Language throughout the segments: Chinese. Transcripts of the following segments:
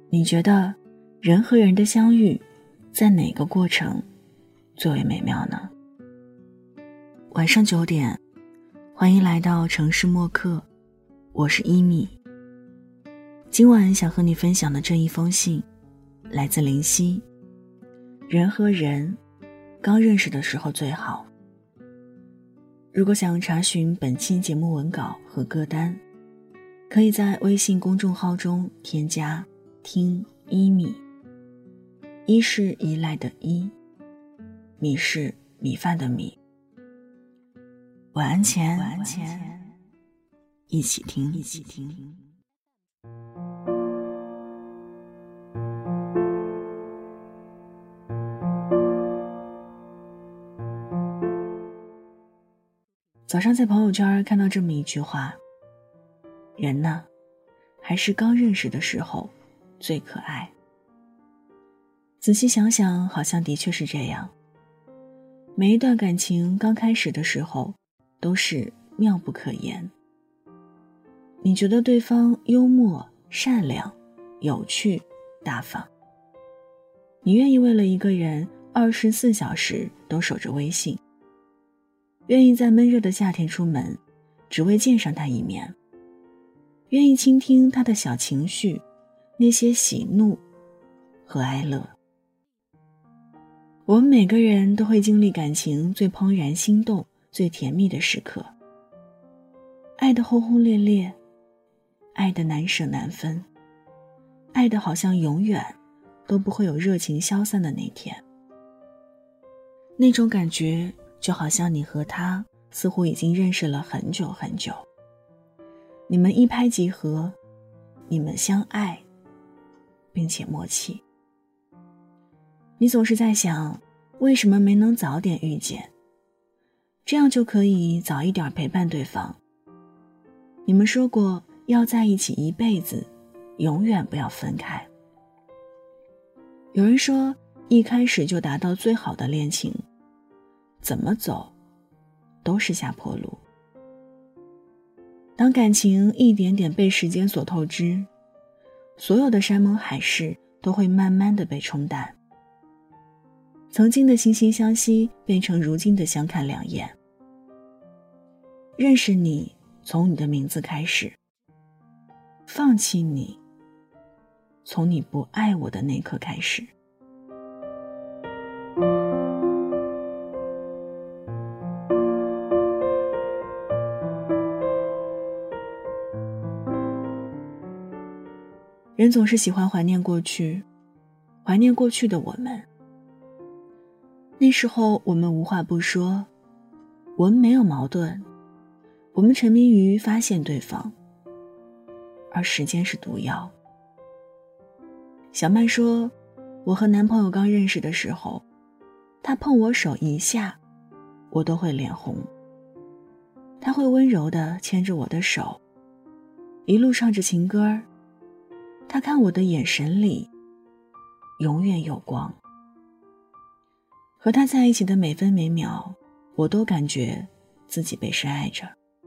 你觉得人和人的相遇在哪个过程最为美妙呢？晚上9点，欢迎来到城市默客，我是伊米。今晚想和你分享的这一封信来自林夕。人和人刚认识的时候最好。如果想查询本期节目文稿和歌单，可以在微信公众号中添加听伊米，伊是依赖的伊，米是米饭的米。晚安前一起听。早上在朋友圈看到这么一句话，人呢，还是刚认识的时候最可爱。仔细想想，好像的确是这样。每一段感情刚开始的时候都是妙不可言。你觉得对方幽默、善良、有趣、大方，你愿意为了一个人24小时都守着微信，愿意在闷热的夏天出门只为见上他一面，愿意倾听他的小情绪，那些喜怒和哀乐。我们每个人都会经历感情最怦然心动、最甜蜜的时刻，爱得轰轰烈烈，爱得难舍难分，爱得好像永远都不会有热情消散的那天。那种感觉就好像你和他似乎已经认识了很久很久，你们一拍即合，你们相爱并且默契。你总是在想，为什么没能早点遇见，这样就可以早一点陪伴对方。你们说过要在一起一辈子，永远不要分开。有人说，一开始就达到最好的恋情，怎么走都是下坡路。当感情一点点被时间所透支，所有的山盟海誓都会慢慢的被冲淡，曾经的惺惺相惜变成如今的相看两厌。认识你从你的名字开始，放弃你从你不爱我的那刻开始。人总是喜欢怀念过去，怀念过去的我们。那时候我们无话不说，我们没有矛盾，我们沉迷于发现对方，而时间是毒药。小曼说，我和男朋友刚认识的时候，他碰我手一下，我都会脸红。他会温柔地牵着我的手，一路唱着情歌，他看我的眼神里永远有光。和他在一起的每分每秒，我都感觉自己被深爱着。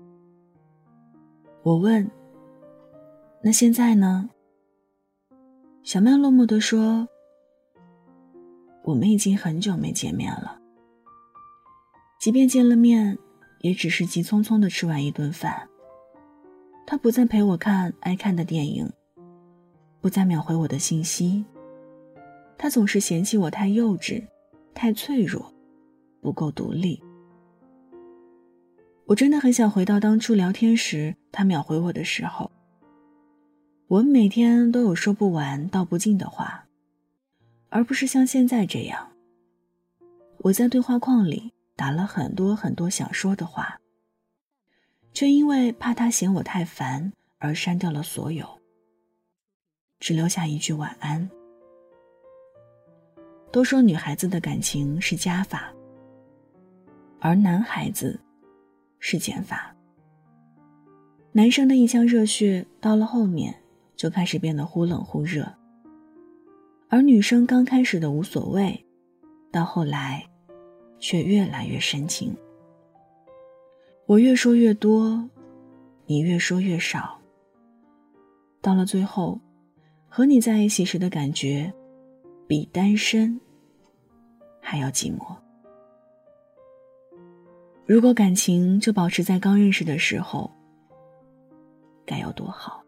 我问，那现在呢？小曼落寞地说，我们已经很久没见面了，即便见了面，也只是急匆匆地吃完一顿饭。他不再陪我看爱看的电影，不再秒回我的信息，他总是嫌弃我太幼稚，太脆弱，不够独立。我真的很想回到当初聊天时他秒回我的时候。我们每天都有说不完道不尽的话，而不是像现在这样，我在对话框里打了很多很多想说的话，却因为怕他嫌我太烦而删掉了所有，只留下一句晚安。都说女孩子的感情是加法，而男孩子是减法。男生的一腔热血到了后面就开始变得忽冷忽热，而女生刚开始的无所谓，到后来却越来越深情。我越说越多，你越说越少，到了最后， 和你在一起时的感觉比单身还要寂寞。如果感情就保持在刚认识的时候，该有多好。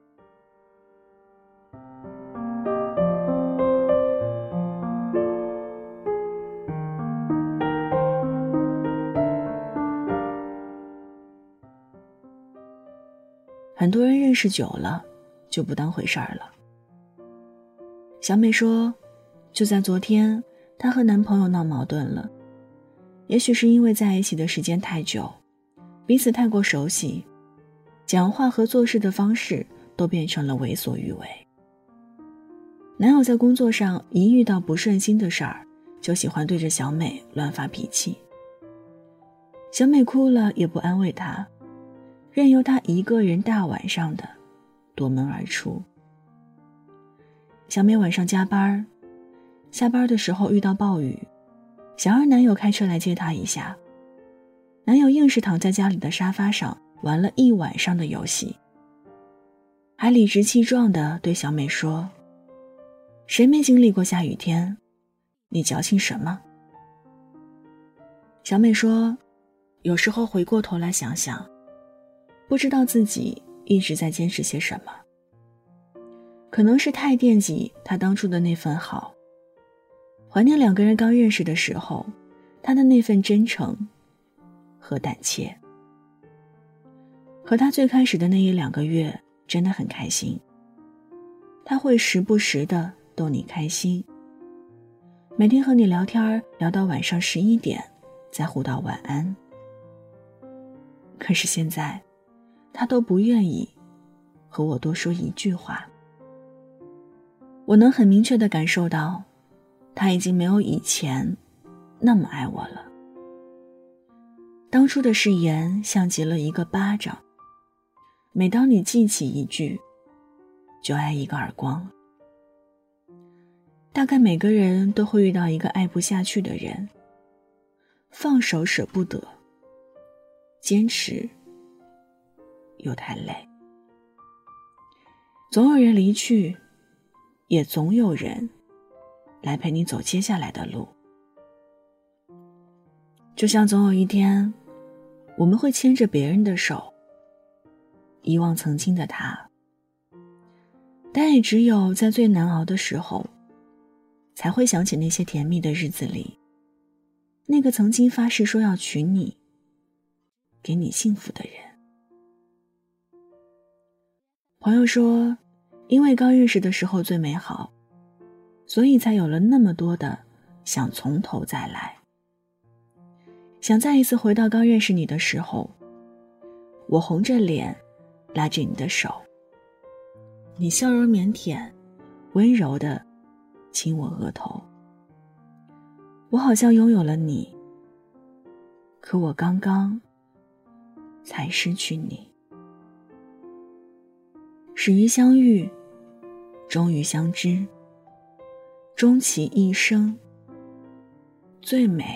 很多人认识久了就不当回事儿了。小美说，就在昨天，她和男朋友闹矛盾了。也许是因为在一起的时间太久，彼此太过熟悉，讲话和做事的方式都变成了为所欲为。男友在工作上一遇到不顺心的事儿，就喜欢对着小美乱发脾气。小美哭了也不安慰他，任由他一个人大晚上的夺门而出。小美晚上加班，下班的时候遇到暴雨，想让男友开车来接她一下，男友硬是躺在家里的沙发上玩了一晚上的游戏，还理直气壮地对小美说，谁没经历过下雨天，你矫情什么？小美说，有时候回过头来想想，不知道自己一直在坚持些什么，可能是太惦记他当初的那份好，怀念两个人刚认识的时候，他的那份真诚和胆怯。和他最开始的那1-2个月真的很开心，他会时不时地逗你开心，每天和你聊天聊到晚上11点再互道晚安。可是现在他都不愿意和我多说一句话。我能很明确地感受到，他已经没有以前那么爱我了。当初的誓言像极了一个巴掌，每当你记起一句，就挨一个耳光。大概每个人都会遇到一个爱不下去的人，放手舍不得，坚持又太累。总有人离去，也总有人来陪你走接下来的路。就像总有一天，我们会牵着别人的手，遗忘曾经的他，但也只有在最难熬的时候，才会想起那些甜蜜的日子里，那个曾经发誓说要娶你，给你幸福的人。朋友说，因为刚认识的时候最美好，所以才有了那么多的想从头再来，想再一次回到刚认识你的时候，我红着脸拉着你的手，你笑容腼腆，温柔地亲我额头。我好像拥有了你，可我刚刚才失去你。始于相遇，终于相知，终其一生，最美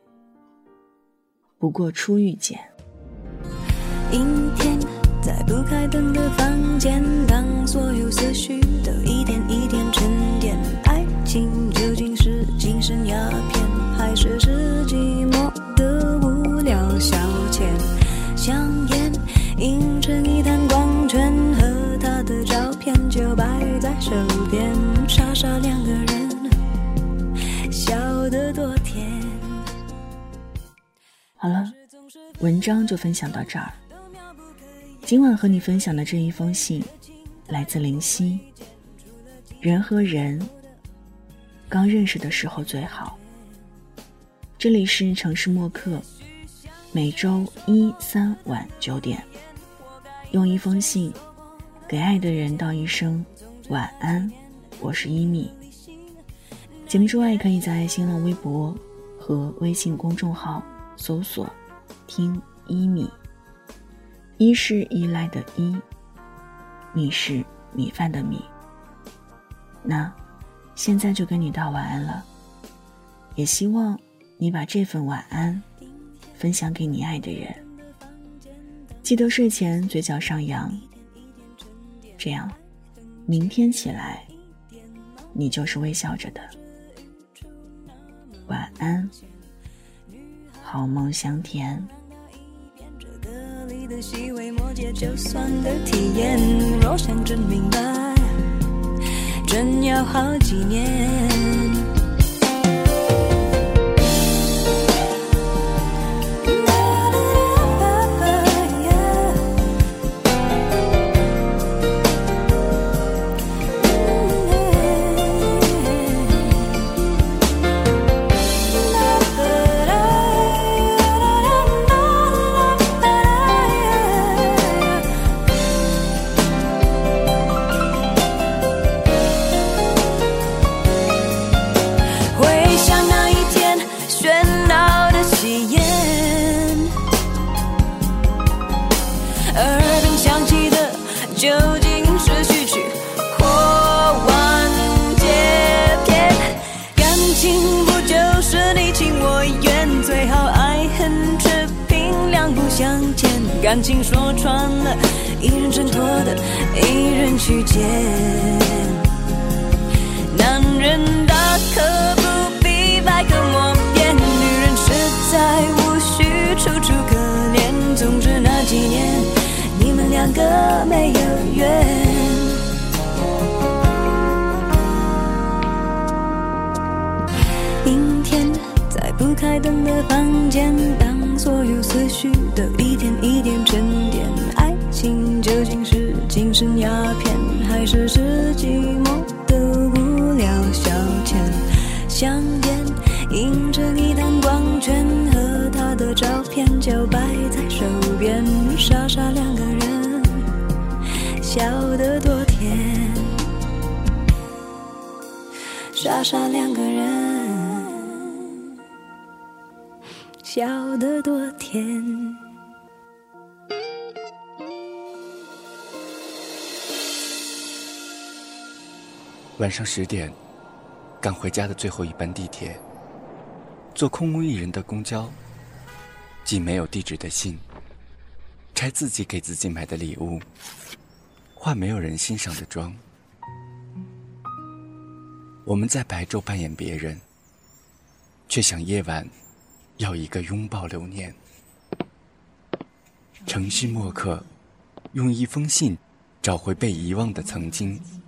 不过初遇见。 阴天，在不开灯的房间，当所有思绪都一点一点沉淀，爱情究竟是精神鸦片，还是寂寞的无聊消遣？香烟映成一滩光圈，和他的照片就摆在手边，傻傻两个人笑得多甜。 好了，文章就分享到这儿。今晚和你分享的这一封信来自林夕。人和人刚认识的时候最好。这里是城市默客，每周1、3晚9点，用一封信给爱的人道一声晚安。我是一米。节目之外，可以在新浪微博和微信公众号搜索听一米。一是依赖的依，米是米饭的米。那现在就跟你道晚安了，也希望你把这份晚安分享给你爱的人。记得睡前嘴角上扬，这样明天起来你就是微笑着的。晚安，好梦香甜。 这歌里的细微末节就算的体验，若想真明白，真要好几年。究竟是序曲或完结篇？感情不就是你情我愿，最好爱恨持平，两不相欠。感情说穿了，一人挣脱的，一人去捡。男人大可不必百口莫辩，女人实在无需楚楚可怜。总之那几年，你们两个没有缘。阴天，在不开灯的房间，当所有思绪都一点一点沉淀。爱情究竟是精神鸦片，还是寂寞的无聊消遣？香烟映着一滩光圈，和他的照片就摆在手边，傻傻两个人笑得多甜，傻傻两个人笑得多甜。 晚上10点，赶回家的最后一班地铁，坐空无一人的公交，寄没有地址的信，拆自己给自己买的礼物，化没有人欣赏的妆。我们在白昼扮演别人，却想夜晚要一个拥抱留念。城市墨客用一封信找回被遗忘的曾经。